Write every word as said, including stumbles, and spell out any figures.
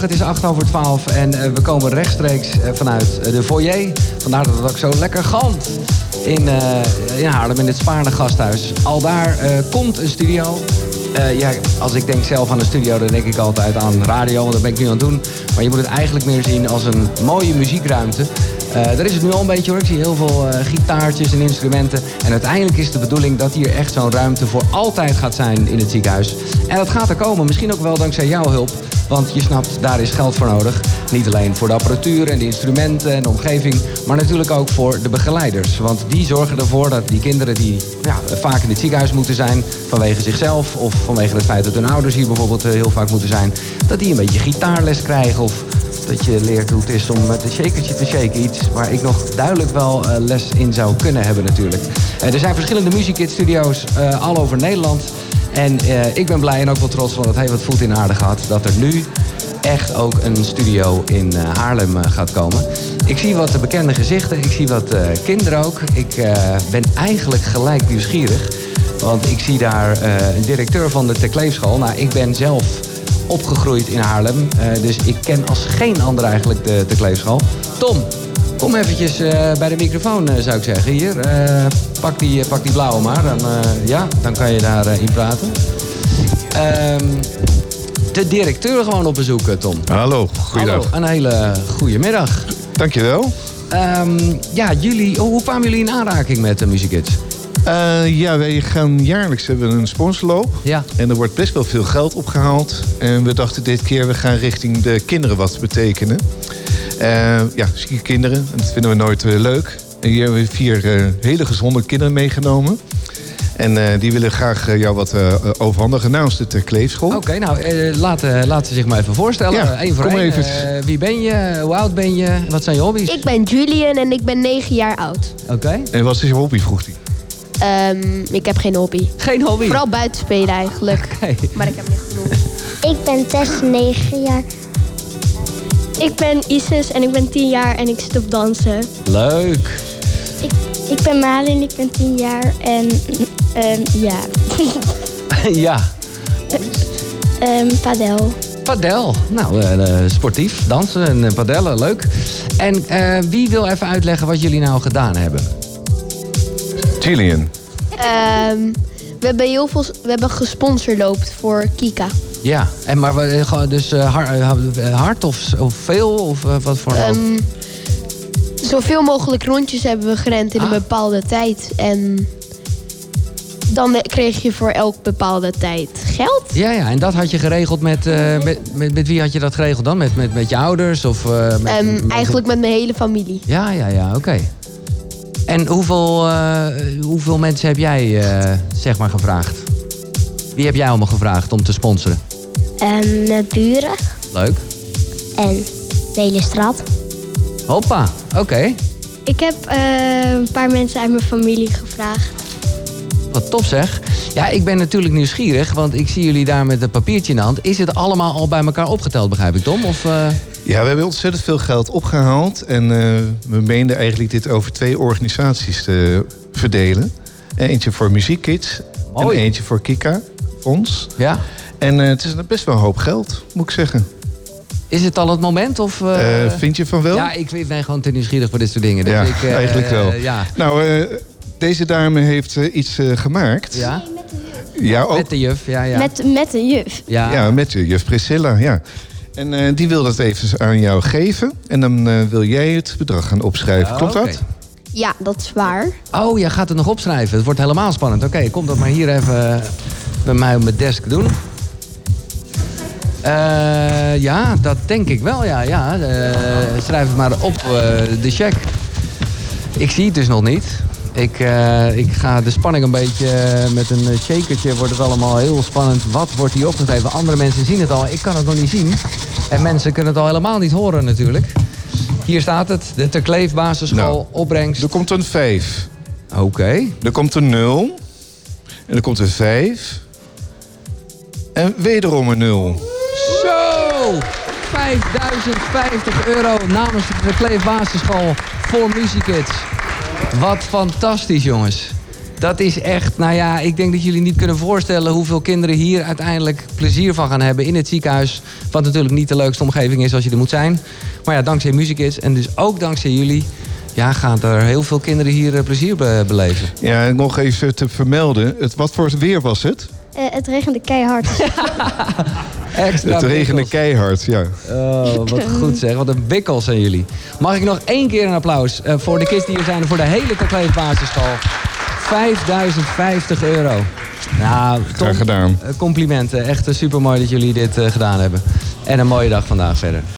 Het is acht over twaalf en uh, we komen rechtstreeks uh, vanuit de foyer. Vandaar dat het ook zo lekker galmt in, uh, in Haarlem, in het Spaarne Gasthuis. Al daar uh, komt een studio. Uh, ja, als ik denk zelf aan een studio, dan denk ik altijd aan radio, want dat ben ik nu aan het doen. Maar je moet het eigenlijk meer zien als een mooie muziekruimte. Uh, daar is het nu al een beetje hoor. Ik zie heel veel uh, gitaartjes en instrumenten. En uiteindelijk is de bedoeling dat hier echt zo'n ruimte voor altijd gaat zijn in het ziekenhuis. En dat gaat er komen. Misschien ook wel dankzij jouw hulp. Want je snapt, daar is geld voor nodig. Niet alleen voor de apparatuur en de instrumenten en de omgeving. Maar natuurlijk ook voor de begeleiders. Want die zorgen ervoor dat die kinderen die ja, vaak in het ziekenhuis moeten zijn. Vanwege zichzelf of vanwege het feit dat hun ouders hier bijvoorbeeld heel vaak moeten zijn. Dat die een beetje gitaarles krijgen of dat je leert hoe het is om met een shakertje te shaken. Iets waar ik nog duidelijk wel uh, les in zou kunnen hebben natuurlijk. Uh, er zijn verschillende Music Kids studio's uh, al over Nederland. En uh, ik ben blij en ook wel trots, want het heeft wat voet in de aarde gehad, dat er nu echt ook een studio in uh, Haarlem uh, gaat komen. Ik zie wat bekende gezichten, ik zie wat uh, kinderen ook. Ik uh, ben eigenlijk gelijk nieuwsgierig, want ik zie daar uh, een directeur van de Ter Kleefschool. Nou, ik ben zelf opgegroeid in Haarlem, uh, dus ik ken als geen ander eigenlijk de Ter Kleefschool. Tom, kom eventjes uh, bij de microfoon, uh, zou ik zeggen. Hier, uh, pak, die, pak die blauwe maar. Dan, uh, ja, dan kan je daarin uh, praten. Um, de directeur gewoon op bezoek, Tom. Hallo, goeiedag. Hallo, een hele goede middag. Dankjewel. Um, ja, jullie, hoe kwamen jullie in aanraking met de Music Kids? Uh, ja, wij gaan jaarlijks hebben een sponsorloop. Ja. En er wordt best wel veel geld opgehaald. En we dachten dit keer, we gaan richting de kinderen wat betekenen. Uh, ja, zieke kinderen, dat vinden we nooit uh, leuk. En hier hebben we vier uh, hele gezonde kinderen meegenomen. En uh, die willen graag uh, jou wat uh, overhandigen namens de Ter Kleefschool. Oké, okay, nou, uh, laat, uh, laat ze zich maar even voorstellen. Ja, Eén voor kom één. even. Uh, wie ben je? Hoe oud ben je? Wat zijn je hobby's? Ik ben Julian en ik ben negen jaar oud. Oké. Okay. En wat is je hobby, vroeg hij? Um, ik heb geen hobby. Geen hobby? Vooral buiten spelen eigenlijk. Okay. Maar ik heb niet genoeg. Ik ben Tess, negen jaar. Ik ben Isis en ik ben tien jaar en ik zit op dansen. Leuk. Ik, ik ben Malin, ik ben tien jaar en um, ja. ja. Um, padel. Padel. Nou, uh, sportief, dansen en uh, padellen, leuk. En uh, wie wil even uitleggen wat jullie nou gedaan hebben? Julian. Um, we hebben heel veel, we hebben gesponsordloopt voor Kika. Ja, en maar we, dus uh, hard of, of veel? Of uh, wat voor um, zoveel mogelijk rondjes hebben we gerend in ah. een bepaalde tijd. En dan kreeg je voor elk bepaalde tijd geld. Ja, ja, en dat had je geregeld met... Uh, met, met, met wie had je dat geregeld dan? Met, met, met je ouders? Of, uh, met, um, met, eigenlijk met mijn hele familie. Ja, ja, ja, oké. Okay. En hoeveel, uh, hoeveel mensen heb jij uh, zeg maar gevraagd? Wie heb jij allemaal gevraagd om te sponsoren? Um, mijn buren. Leuk. En de hele straat. Hoppa, oké. Okay. Ik heb uh, een paar mensen uit mijn familie gevraagd. Wat top zeg. Ja, ik ben natuurlijk nieuwsgierig, want ik zie jullie daar met een papiertje in de hand. Is het allemaal al bij elkaar opgeteld, begrijp ik, Tom? Of, uh... Ja, we hebben ontzettend veel geld opgehaald. En uh, we meenden eigenlijk dit over twee organisaties te verdelen. Eentje voor Music Kids en eentje voor Kika Fonds. Ja. En uh, het is best wel een hoop geld, moet ik zeggen. Is het al het moment? Of, uh... Uh, vind je van wel? Ja, ik ben gewoon te nieuwsgierig voor dit soort dingen. Dus ja, ik, uh, eigenlijk wel. Uh, ja. Nou, uh, deze dame heeft uh, iets uh, gemaakt. Ja? Met de juf. Ja, ook. Met de juf, ja. ja. Met, met een juf. Ja. ja, met de juf Priscilla, ja. En uh, die wil dat even aan jou geven. En dan uh, wil jij het bedrag gaan opschrijven. Oh, Klopt okay. dat? Ja, dat is waar. Oh, jij gaat het nog opschrijven. Het wordt helemaal spannend. Oké, okay, kom dat maar hier even bij mij op mijn desk doen. Uh, ja, dat denk ik wel, ja. ja. Uh, schrijf het maar op, uh, de cheque. Ik zie het dus nog niet. Ik, uh, ik ga de spanning een beetje uh, met een shakertje. Wordt het allemaal heel spannend. Wat wordt hier opgegeven? Andere mensen zien het al. Ik kan het nog niet zien. En mensen kunnen het al helemaal niet horen natuurlijk. Hier staat het. De Ter Kleef basisschool, nou, opbrengst. Er komt een vijf. Oké. Okay. Er komt een nul. En er komt een vijf. En wederom een nul. Zo! vijfduizend vijftig euro namens de Ter Kleef basisschool voor Music Kids. Wat fantastisch, jongens. Dat is echt, nou ja, ik denk dat jullie niet kunnen voorstellen hoeveel kinderen hier uiteindelijk plezier van gaan hebben in het ziekenhuis. Wat natuurlijk niet de leukste omgeving is als je er moet zijn. Maar ja, dankzij Musikids en dus ook dankzij jullie, ja, gaan er heel veel kinderen hier uh, plezier be- beleven. Ja, en nog even te vermelden. Het, wat voor weer was het? Uh, het regende keihard. Extra het regende bikkels. keihard, ja. Oh, wat goed zeg. Wat een bikkels zijn jullie. Mag ik nog één keer een applaus uh, voor de kids die hier zijn en voor de hele Terkleef basisschool. vijfduizend vijftig euro. Nou, Tom, Graag gedaan. uh, complimenten. Echt uh, super mooi dat jullie dit uh, gedaan hebben. En een mooie dag vandaag verder.